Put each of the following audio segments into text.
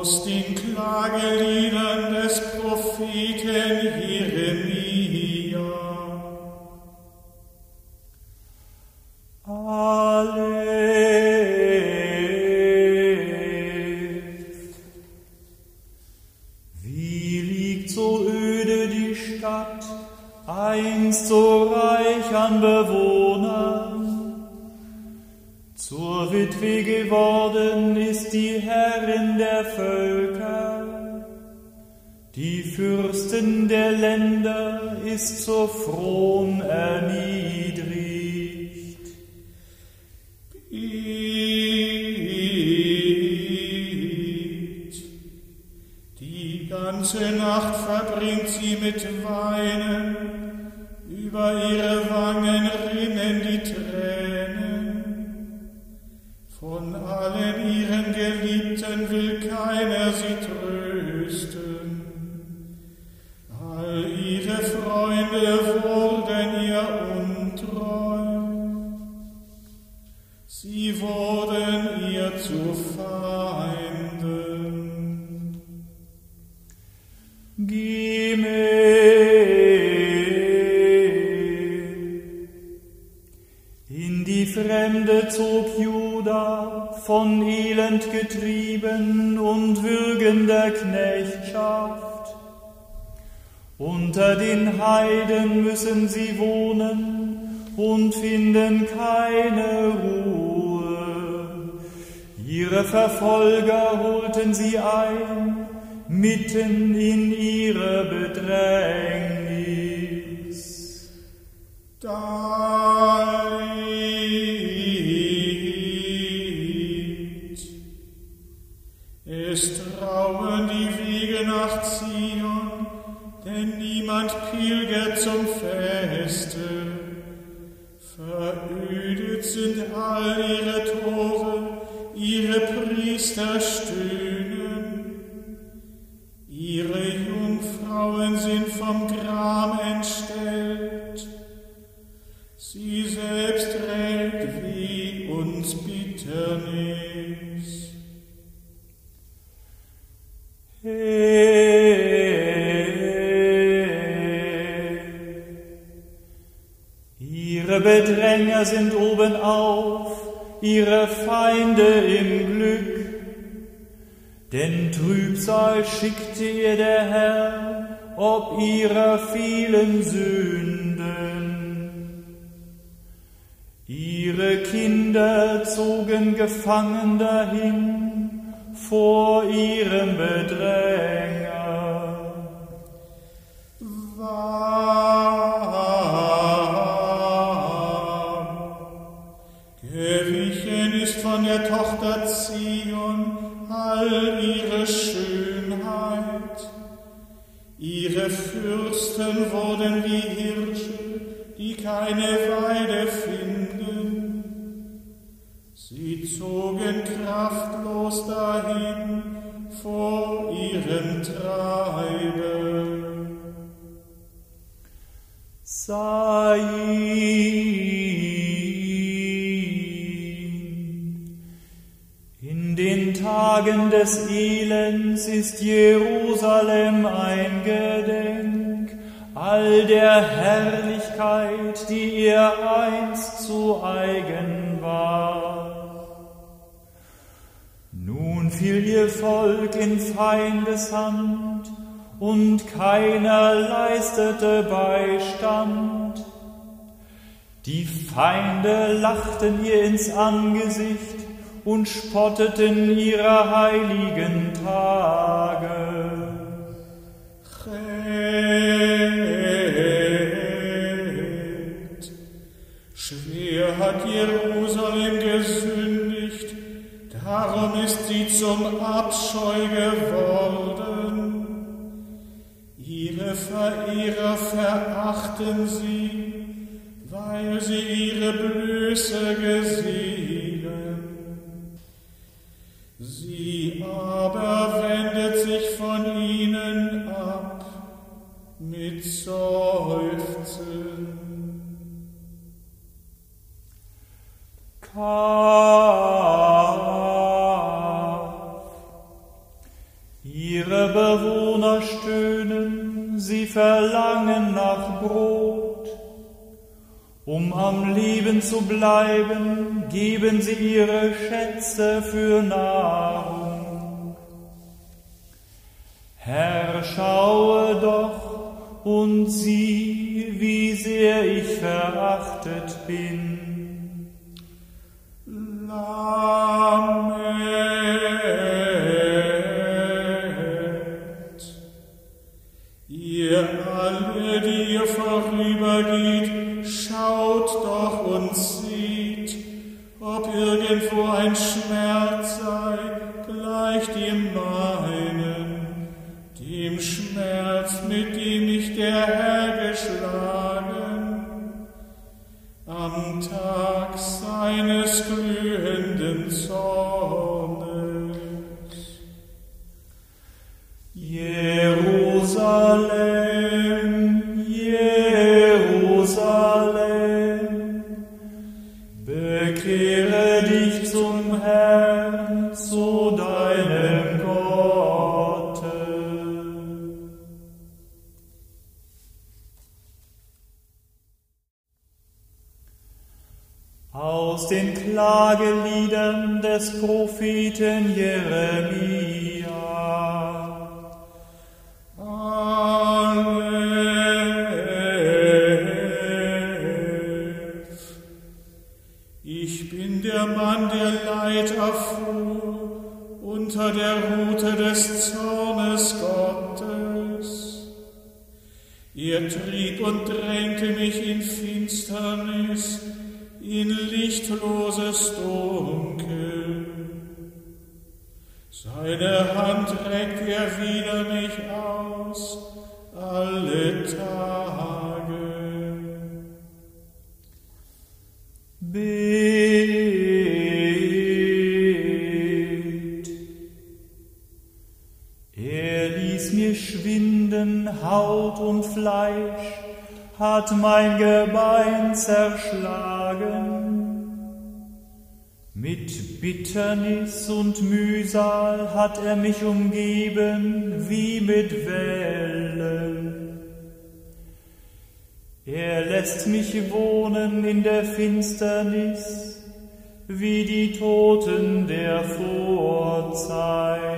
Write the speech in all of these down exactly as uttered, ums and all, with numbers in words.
aus den Klageliedern des Propheten Jeremia. Aleph. Wie liegt so öde die Stadt, einst so reich an Bewohnern? Zur Witwe geworden ist die Herrin der Völker, die Fürsten der Länder ist zur Fron erniedrigt. Biet. Die ganze Nacht verbringt sie mit Weinen, über ihre Wangen rinnen die Tränen. Von allen ihren Geliebten will keiner sie trösten. All ihre Freunde wurden ihr untreu. Sie wurden ihr zu Feinden. Gimel. In die Fremde zog Juda, von Elend getrieben und würgender Knechtschaft. Unter den Heiden müssen sie wohnen und finden keine Ruhe. Ihre Verfolger holten sie ein, mitten in ihre Bedrängnis. Dalit. Es trauen die Wege nach Zion, denn niemand pilgert zum Feste. Verödet sind all ihre Tore, ihre Priester stöhnen. Ihre Jungfrauen sind vom Gram entstellt. Sie selbst trägt wie uns Bitternis. Ihre Bedränger sind obenauf, ihre Feinde im Glück. Denn Trübsal schickte ihr der Herr, ob ihrer vielen Sünden. Ihre Kinder zogen gefangen dahin vor ihrem Bedränger. Gewichen ist von der Tochter Zion all ihre Schönheit. Ihre Fürsten wurden wie Hirsche, die keine Weide finden. Sie zogen kraftlos dahin vor ihrem Treiben. Sain. In den Tagen des Elends ist Jerusalem ein Gedenk all der Herrlichkeit, die ihr einst zu eigen war. Nun fiel ihr Volk in Feindeshand, und keiner leistete Beistand. Die Feinde lachten ihr ins Angesicht und spotteten ihrer heiligen Tage. Chet. Schwer hat Jerusalem gesündigt, darum ist sie zum Abscheu geworden. Ihre Verehrer verachten sie, weil sie ihre Blöße gesehen. Sie aber wendet sich von ihnen ab mit Seufzen. Kaf. Ihre Bewohner stöhnen, sie verlangen nach Brot. Um am Leben zu bleiben, geben sie ihre Schätze für Nahrung. Herr, schaue doch und sieh, wie sehr ich verachtet bin. Lamet, ihr alle, die ihr vorübergeht, schaut doch und seht, ob irgendwo ein Schmerz sei, gleich dem meinen, dem Schmerz, mit dem mich der Herr geschlagen, am Tag seines glühenden Zornes. Jerusalem, Jerusalem, bekehre dich zum Herrn, zu deinem Gott. Aus den Klageliedern des Propheten Jeremia. Ich bin der Mann, der Leid erfuhr unter der Rute des Zornes Gottes. Er trieb und drängte mich in Finsternis, in lichtloses Dunkel. Seine Hand reckt er wider mich aus, alle Tage. Bet. Er ließ mir schwinden Haut und Fleisch, hat mein Gebein zerschlagen. Mit Bitternis und Mühsal hat er mich umgeben wie mit Wellen. Er lässt mich wohnen in der Finsternis, wie die Toten der Vorzeit.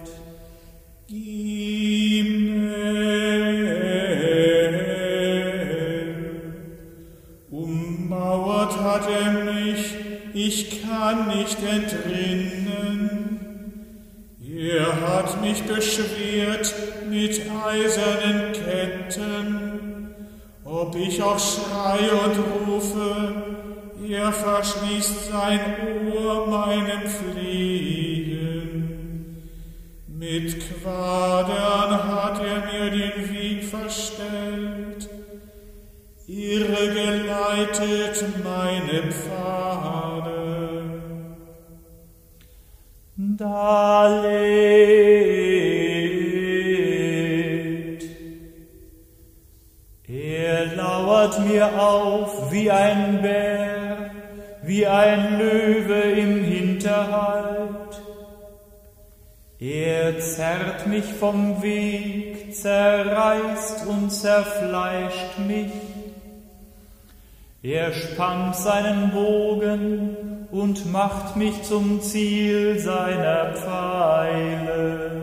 Ummauert hat er mich, ich kann nicht entrinnen. Er hat mich beschwert mit eisernen Ketten. Ob ich auch schreie und rufe, er verschließt sein Ohr meinem Flehen. Mit Quadern hat er mir den Weg verstellt, irregeleitet meine Pfade. Dalet. Er lauert mir auf wie ein Bär, wie ein Löwe im Hinterhalt. Er zerrt mich vom Weg, zerreißt und zerfleischt mich. Er spannt seinen Bogen und macht mich zum Ziel seiner Pfeile.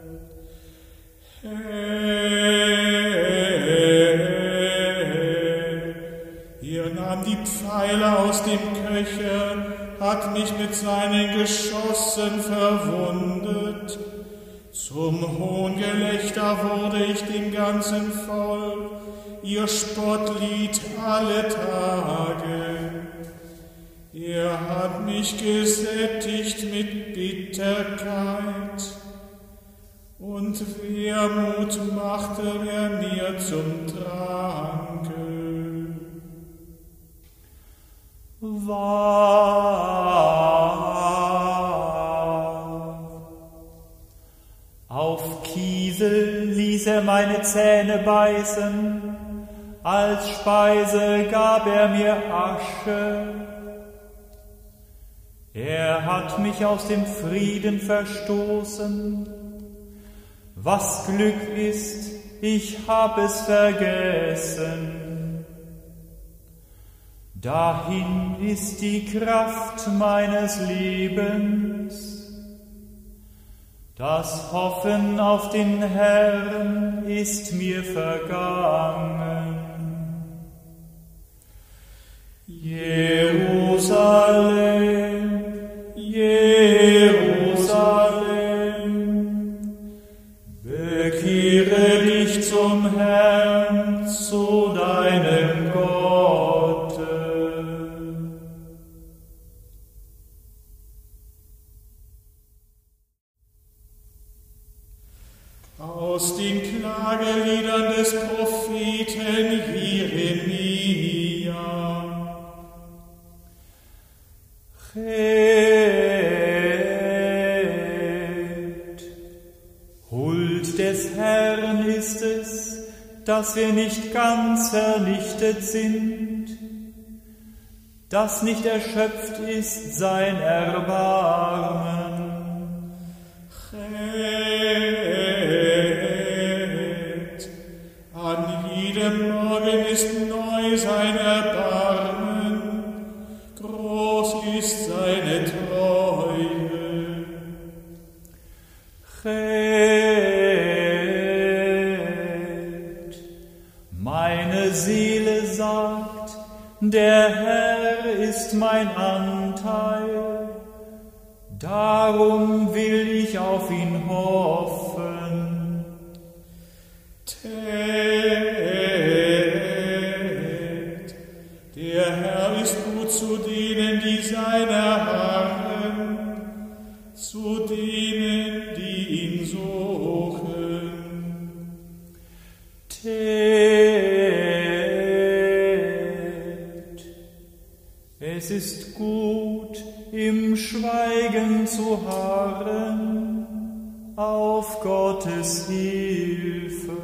Er nahm die Pfeile aus dem Köcher, hat mich mit seinen Geschossen verwundet. Zum Hohngelächter wurde ich dem ganzen Volk, ihr Spottlied alle Tage. Er hat mich gesättigt mit Bitterkeit, und Wermut machte er mir zum Tranke. Wahr. Auf Kiesel ließ er meine Zähne beißen, als Speise gab er mir Asche. Er hat mich aus dem Frieden verstoßen, Was Glück ist, ich hab es vergessen. Dahin ist die Kraft meines Lebens. Das Hoffen auf den Herrn ist mir vergangen. Jerusalem, Jerusalem, bekehre dich zum Herrn, zu deinem Gott. Aus den Klageliedern des Propheten Jeremia. Red. Huld des Herrn ist es, dass wir nicht ganz vernichtet sind, dass nicht erschöpft ist sein Erbarmen. Red. An jedem Morgen ist neu sein Erbarmen, groß ist seine Treue. Red. Meine Seele sagt, der Herr ist mein Anteil, darum will ich auf ihn hoffen. Tät. Der Herr ist gut zu denen, die seiner harren, zu denen, die ihn suchen. Tät. Es ist gut, im Schweigen zu harren, auf Gottes Hilfe.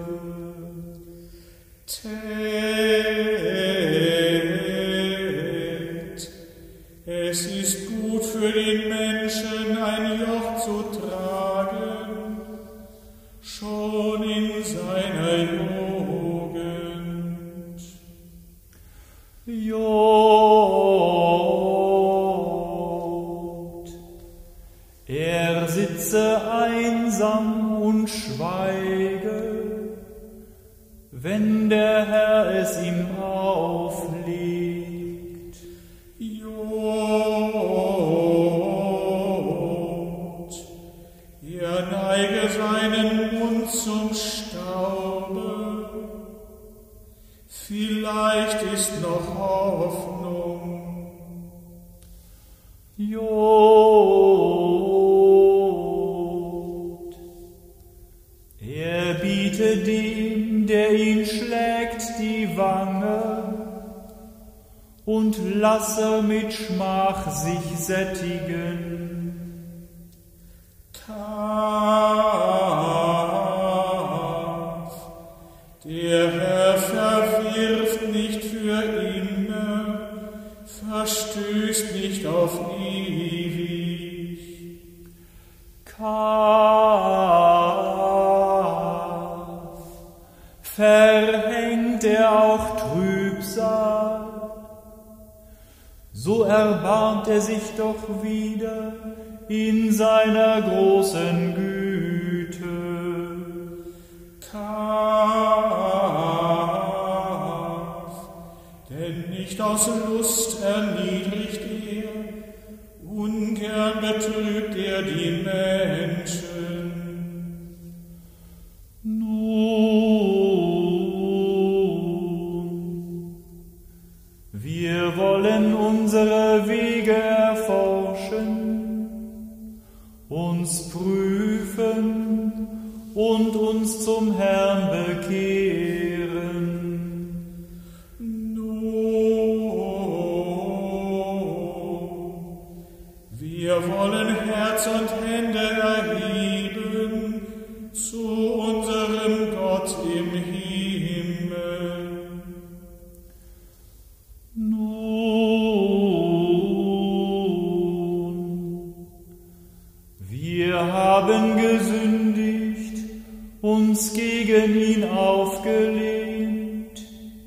Tät. Es ist gut für den Menschen, ein Joch zu tragen, schon in seiner Jugend. Jod. Er sitze einsam und schweige, wenn der Herr es ihm auflegt. Jod. Er neige seinen Mund zum Staube, vielleicht ist noch Hoffnung. Jod. Er biete dem, der ihn schlägt, die Wange und lasse mit Schmach sich sättigen. Kaf. Der Herr verwirft nicht für immer, verstößt nicht auf ewig. Kaf. Verhängt er auch Trübsal, so erbarmt er sich doch wieder in seiner großen Güte. Kaf. Denn nicht aus Lust erniedrigt er, ungern betrügt er die Menschen. Nun, wir wollen unsere Wege erforschen, uns prüfen und uns zum Herrn bekehren. Nun, wir wollen Herz und Hände erheben zu unserem Gott im Himmel. Nun, wir haben gesündigt uns gegen ihn aufgelehnt.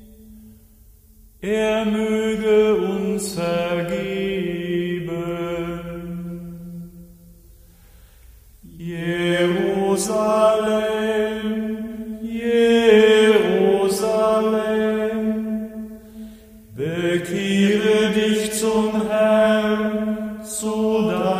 Er möge uns vergeben. Jerusalem, Jerusalem, bekehre dich zum Herrn, so dass